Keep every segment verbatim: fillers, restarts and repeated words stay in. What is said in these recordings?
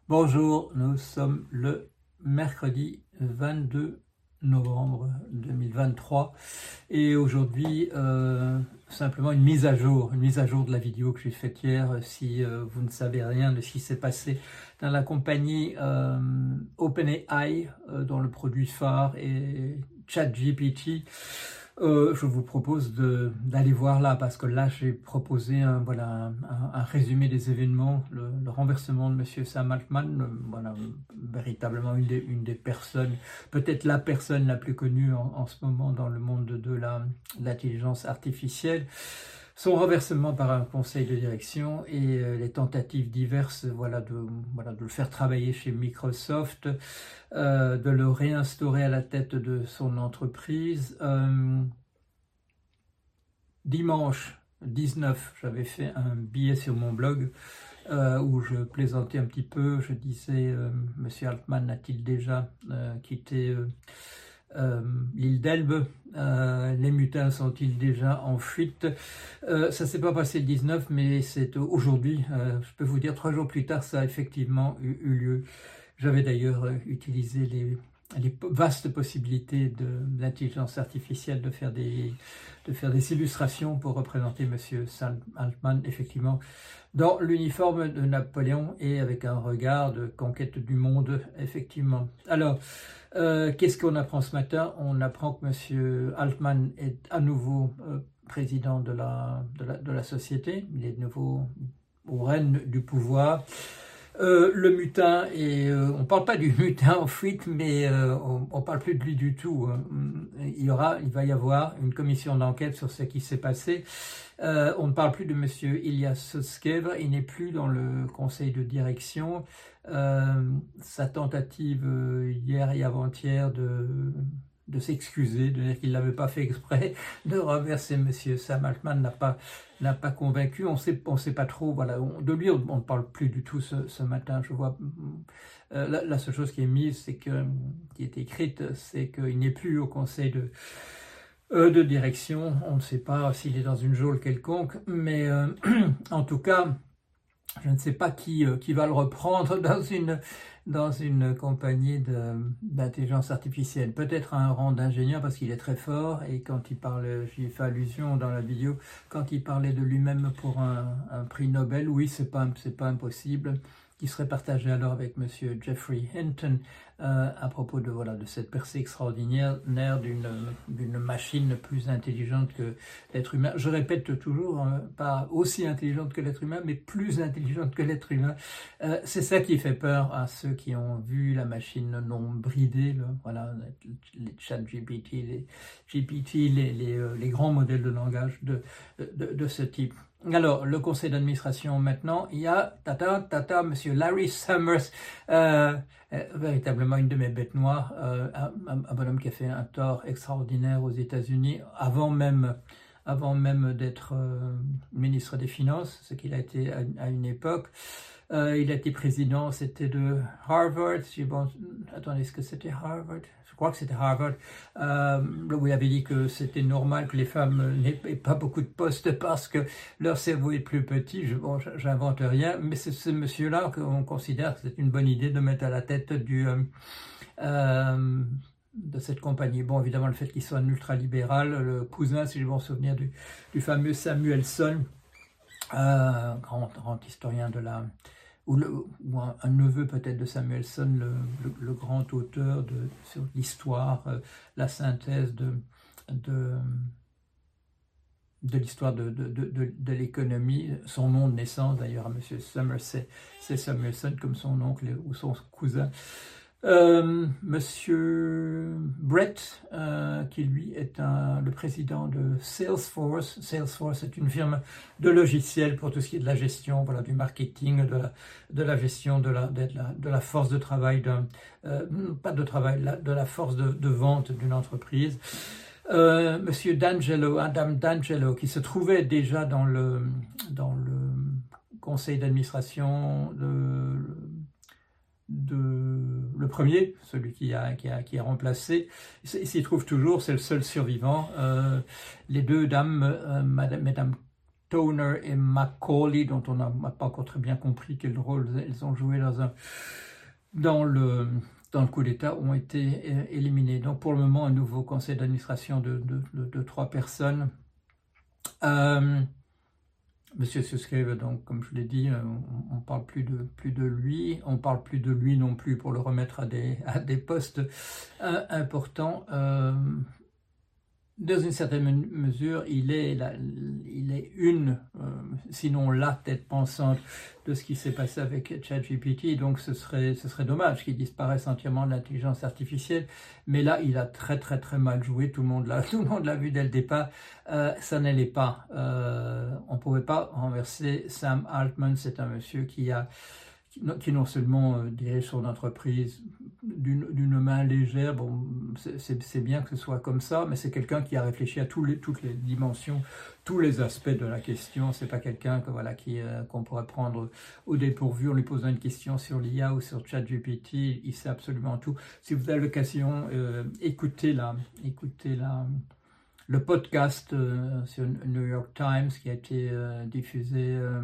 Bonjour, nous sommes le mercredi vingt-deux novembre deux mille vingt-trois et aujourd'hui euh, simplement une mise à jour, une mise à jour de la vidéo que j'ai faite hier. Si euh, vous ne savez rien de ce qui s'est passé dans la compagnie euh, OpenAI euh, dont le produit phare est ChatGPT, Euh, je vous propose d'aller voir là, parce que là j'ai proposé un, voilà, un, un résumé des événements, le, le renversement de M. Sam Altman, euh, voilà, véritablement une des, une des personnes, peut-être la personne la plus connue en, en ce moment dans le monde de, de l'intelligence artificielle. Son renversement par un conseil de direction et euh, les tentatives diverses voilà, de, voilà, de le faire travailler chez Microsoft, euh, de le réinstaurer à la tête de son entreprise. Euh, dimanche dix-neuf, j'avais fait un billet sur mon blog euh, où je plaisantais un petit peu. Je disais, euh, M. Altman a-t-il déjà euh, quitté euh, Euh, l'île d'Elbe, euh, les mutins sont-ils déjà en fuite? euh, Ça ne s'est pas passé le dix-neuf, mais c'est aujourd'hui, euh, je peux vous dire, trois jours plus tard, ça a effectivement eu, eu lieu. J'avais d'ailleurs euh, utilisé les, les vastes possibilités de, de l'intelligence artificielle de faire, des, de faire des illustrations pour représenter M. Sam Altman, effectivement, dans l'uniforme de Napoléon et avec un regard de conquête du monde, effectivement. Alors, euh, qu'est-ce qu'on apprend ce matin? On apprend que M. Altman est à nouveau euh, président de la, de, la, de la société, il est de nouveau au règne du pouvoir. Euh, le mutin, et euh, on ne parle pas du mutin en fuite, mais euh, on ne parle plus de lui du tout. Hein. Il, y aura, il va y avoir une commission d'enquête sur ce qui s'est passé. Euh, on ne parle plus de M. Ilya Sutskever, il n'est plus dans le conseil de direction. Euh, sa tentative euh, hier et avant-hier de, de s'excuser, de dire qu'il ne l'avait pas fait exprès, de renverser M. Sam Altman n'a pas, n'a pas convaincu. On ne sait, on sait pas trop. Voilà, on, de lui, on ne parle plus du tout ce, ce matin. Je vois euh, la, la seule chose qui est mise, c'est que, qui est écrite, c'est qu'il n'est plus au conseil de Euh, de direction. On ne sait pas s'il est dans une geôle quelconque, mais euh, en tout cas, je ne sais pas qui, euh, qui va le reprendre dans une, dans une compagnie d'intelligence artificielle. Peut-être à un rang d'ingénieur parce qu'il est très fort, et quand il parle, j'y ai fait allusion dans la vidéo, quand il parlait de lui-même pour un, un prix Nobel, oui, c'est pas, c'est pas impossible, qui serait partagé alors avec M. Geoffrey Hinton euh, à propos de, voilà, de cette percée extraordinaire d'une machine plus intelligente que l'être humain. Je répète toujours, hein, pas aussi intelligente que l'être humain, mais plus intelligente que l'être humain. Euh, C'est ça qui fait peur à ceux qui ont vu la machine non bridée, là, voilà, les chat G P T, les G P T, les, les, euh, les grands modèles de langage de, de, de ce type. Alors, le conseil d'administration maintenant, il y a, tata, tata, monsieur Larry Summers, euh, euh, véritablement une de mes bêtes noires, euh, un, un bonhomme qui a fait un tort extraordinaire aux États-Unis, avant même, avant même d'être euh, ministre des Finances, ce qu'il a été à, à une époque. Euh, il a été président, c'était de Harvard. Bon, attendez, est-ce que c'était Harvard? Je crois que c'était Harvard. Euh, où il avait dit que c'était normal que les femmes n'aient pas beaucoup de postes parce que leur cerveau est plus petit. Je, bon, j'invente rien, mais c'est ce monsieur-là qu'on considère que c'est une bonne idée de mettre à la tête du, euh, euh, de cette compagnie. Bon, évidemment, le fait qu'il soit un ultralibéral, le cousin, si je m'en souviens, du, du fameux Samuelson, euh, grand, grand historien de la... ou, le, ou un, un neveu peut-être de Samuelson, le, le, le grand auteur de, sur l'histoire, euh, la synthèse de, de, de l'histoire de, de, de, de, de l'économie. Son nom de naissance, d'ailleurs, à M. Summers, c'est Samuelson, comme son oncle ou son cousin. Euh, Monsieur Brett, euh, qui lui est un, le président de Salesforce. Salesforce est une firme de logiciels pour tout ce qui est de la gestion, voilà, du marketing, de la, de la gestion de la, de la, de la force de travail, de, euh, pas de travail, de la force de, de vente d'une entreprise. Euh, Monsieur D'Angelo, Adam D'Angelo, qui se trouvait déjà dans le, dans le conseil d'administration de de le premier, celui qui a, qui a, qui a remplacé, il s'y trouve toujours, c'est le seul survivant. Euh, les deux dames, euh, madame, mesdames Toner et Macaulay, dont on n'a pas encore très bien compris quel rôle ils ont joué dans, un, dans, le, dans le coup d'État, ont été éliminés. Donc pour le moment, un nouveau conseil d'administration de, de, de, de trois personnes. Euh, Monsieur Susskive, donc comme je l'ai dit, on ne parle plus de, plus de lui, on ne parle plus de lui non plus pour le remettre à des, à des postes euh, importants. Euh, Dans une certaine mesure, il est, la, il est une, euh, sinon la tête pensante de ce qui s'est passé avec ChatGPT, donc ce serait, ce serait dommage qu'il disparaisse entièrement de l'intelligence artificielle, mais là, il a très très très mal joué, tout le monde l'a, tout le monde l'a vu dès le départ, euh, ça n'allait pas, euh, on ne pouvait pas renverser Sam Altman, c'est un monsieur qui a qui non seulement euh, dirige son entreprise d'une main légère, bon, c'est bien que ce soit comme ça, mais c'est quelqu'un qui a réfléchi à tous les, toutes les dimensions, tous les aspects de la question. C'est pas quelqu'un que voilà qui euh, qu'on pourrait prendre au dépourvu en lui posant une question sur l'I A ou sur ChatGPT. Il sait absolument tout. Si vous avez l'occasion, euh, écoutez la, écoutez la. Le podcast euh, sur New York Times qui a été euh, diffusé euh,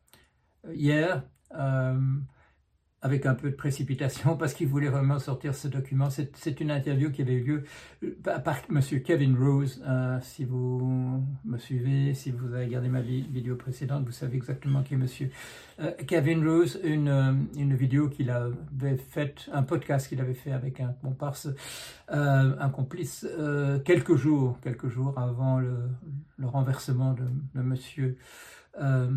hier, euh, avec un peu de précipitation parce qu'il voulait vraiment sortir ce document. C'est une interview qui avait eu lieu par M. Kevin Rose. Euh, si vous me suivez, si vous avez regardé ma vidéo précédente, vous savez exactement qui est M. Euh, Kevin Rose, une, une vidéo qu'il avait faite, un podcast qu'il avait fait avec un comparse, euh, un complice, euh, quelques jours, quelques jours avant le, le renversement de, de M. Euh,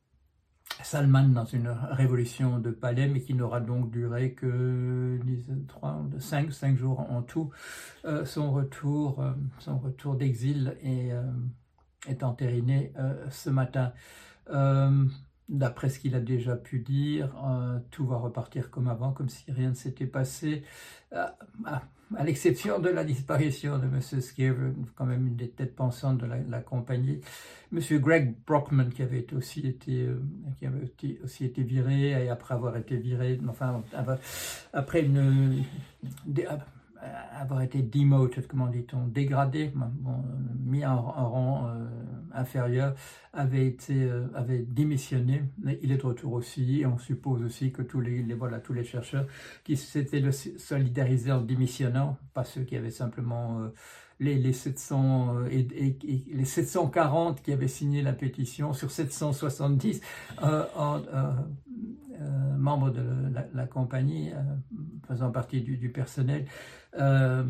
Salman dans une révolution de palais, mais qui n'aura donc duré que cinq, cinq jours en tout. Euh, son retour, euh, son retour d'exil est, euh, est entériné euh, ce matin. Euh, D'après ce qu'il a déjà pu dire, euh, tout va repartir comme avant, comme si rien ne s'était passé, euh, à, à l'exception de la disparition de M. Skive, quand même une des têtes pensantes de la, la compagnie. M. Greg Brockman, qui avait aussi été, euh, qui avait été, aussi été viré, et après avoir été viré, enfin, après une... Des, avoir été demoted, comment dit-on, dégradé, bon, mis en, en rang euh, inférieur, avait été, euh, avait démissionné, mais il est de retour aussi, et on suppose aussi que tous les, les voilà, tous les chercheurs qui s'étaient solidarisés en démissionnant, pas ceux qui avaient simplement euh, les, les sept cents euh, et, et, et les sept cent quarante qui avaient signé la pétition sur sept cent soixante-dix euh, en, euh, Euh, membres de la, la compagnie, euh, faisant partie du, du personnel, euh,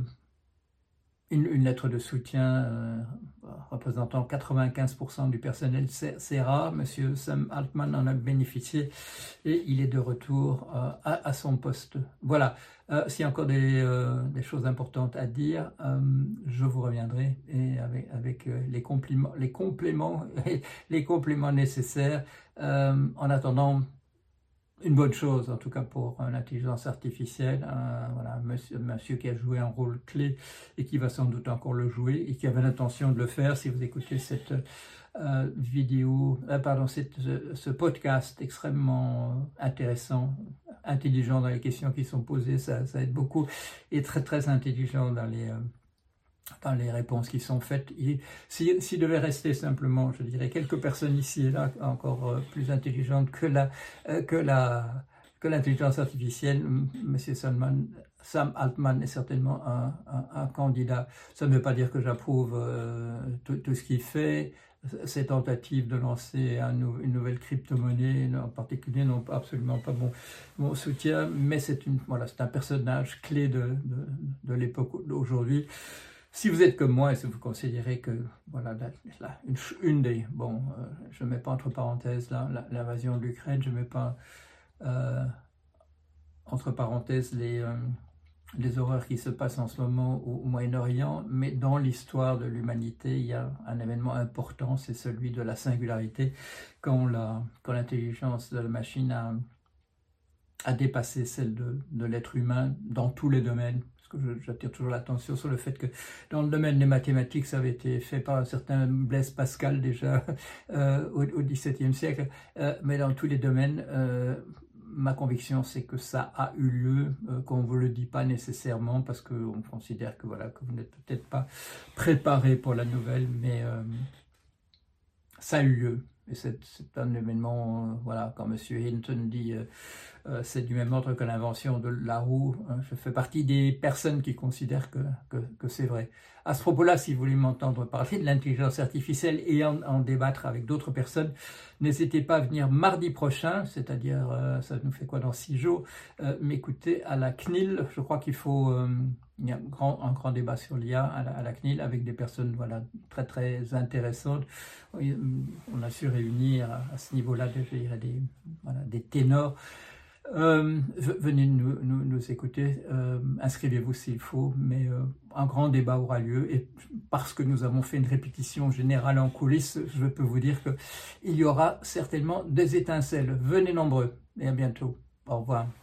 une, une lettre de soutien euh, représentant quatre-vingt-quinze pour cent du personnel. C'est rare, M. Sam Altman en a bénéficié et il est de retour euh, à, à son poste. Voilà, euh, s'il y a encore des, euh, des choses importantes à dire, euh, je vous reviendrai et avec, avec euh, les, compliments, les compléments, les compléments nécessaires. Euh, en attendant, une bonne chose, en tout cas pour l'intelligence artificielle, un, voilà, un monsieur, monsieur qui a joué un rôle clé et qui va sans doute encore le jouer et qui avait l'intention de le faire. Si vous écoutez cette euh, vidéo, euh, pardon, cette, ce, ce podcast extrêmement intéressant, intelligent dans les questions qui sont posées, ça, ça aide beaucoup, et très très intelligent dans les... Euh, dans les réponses qui sont faites. S'il si devait rester simplement, je dirais, quelques personnes ici et là encore euh, plus intelligentes que la euh, que la que l'intelligence artificielle, M. Salman, Sam Altman est certainement un, un, un candidat. Ça ne veut pas dire que j'approuve euh, tout, tout ce qu'il fait. Ces tentatives de lancer un nou une nouvelle crypto-monnaie, en particulier, n'ont absolument pas mon, mon soutien, mais c'est une voilà, c'est un personnage clé de, de, de l'époque d'aujourd'hui. Si vous êtes comme moi et si vous considérez que, voilà, la, la, une, une des, bon, euh, je ne mets pas entre parenthèses l'invasion de l'Ukraine, je ne mets pas euh, entre parenthèses les, euh, les horreurs qui se passent en ce moment au, au Moyen-Orient, mais dans l'histoire de l'humanité, il y a un événement important, c'est celui de la singularité, quand l'intelligence quand de la machine a, a dépassé celle de, de l'être humain dans tous les domaines. J'attire toujours l'attention sur le fait que dans le domaine des mathématiques, ça avait été fait par un certain Blaise Pascal déjà euh, au, au dix-septième siècle, euh, mais dans tous les domaines, euh, ma conviction c'est que ça a eu lieu, euh, qu'on ne vous le dit pas nécessairement parce qu'on considère que, voilà, que vous n'êtes peut-être pas préparé pour la nouvelle, mais euh, ça a eu lieu. et c'est un événement, euh, voilà, quand M. Hinton dit euh, euh, c'est du même ordre que l'invention de la roue, hein, je fais partie des personnes qui considèrent que, que, que c'est vrai. À ce propos-là, si vous voulez m'entendre parler de l'intelligence artificielle et en, en débattre avec d'autres personnes, n'hésitez pas à venir mardi prochain, c'est-à-dire, euh, ça nous fait quoi dans six jours, euh, m'écouter à la C N I L. Je crois qu'il faut, euh, il y a un grand, un grand débat sur l'I A à la, à la C N I L avec des personnes, voilà, très très intéressantes. On a su réunir à, à ce niveau-là, je dirais, des, voilà, des ténors. Euh, venez nous, nous, nous écouter, euh, inscrivez-vous s'il faut, mais euh, un grand débat aura lieu, et parce que nous avons fait une répétition générale en coulisses, je peux vous dire qu'il y aura certainement des étincelles. Venez nombreux, et à bientôt. Au revoir.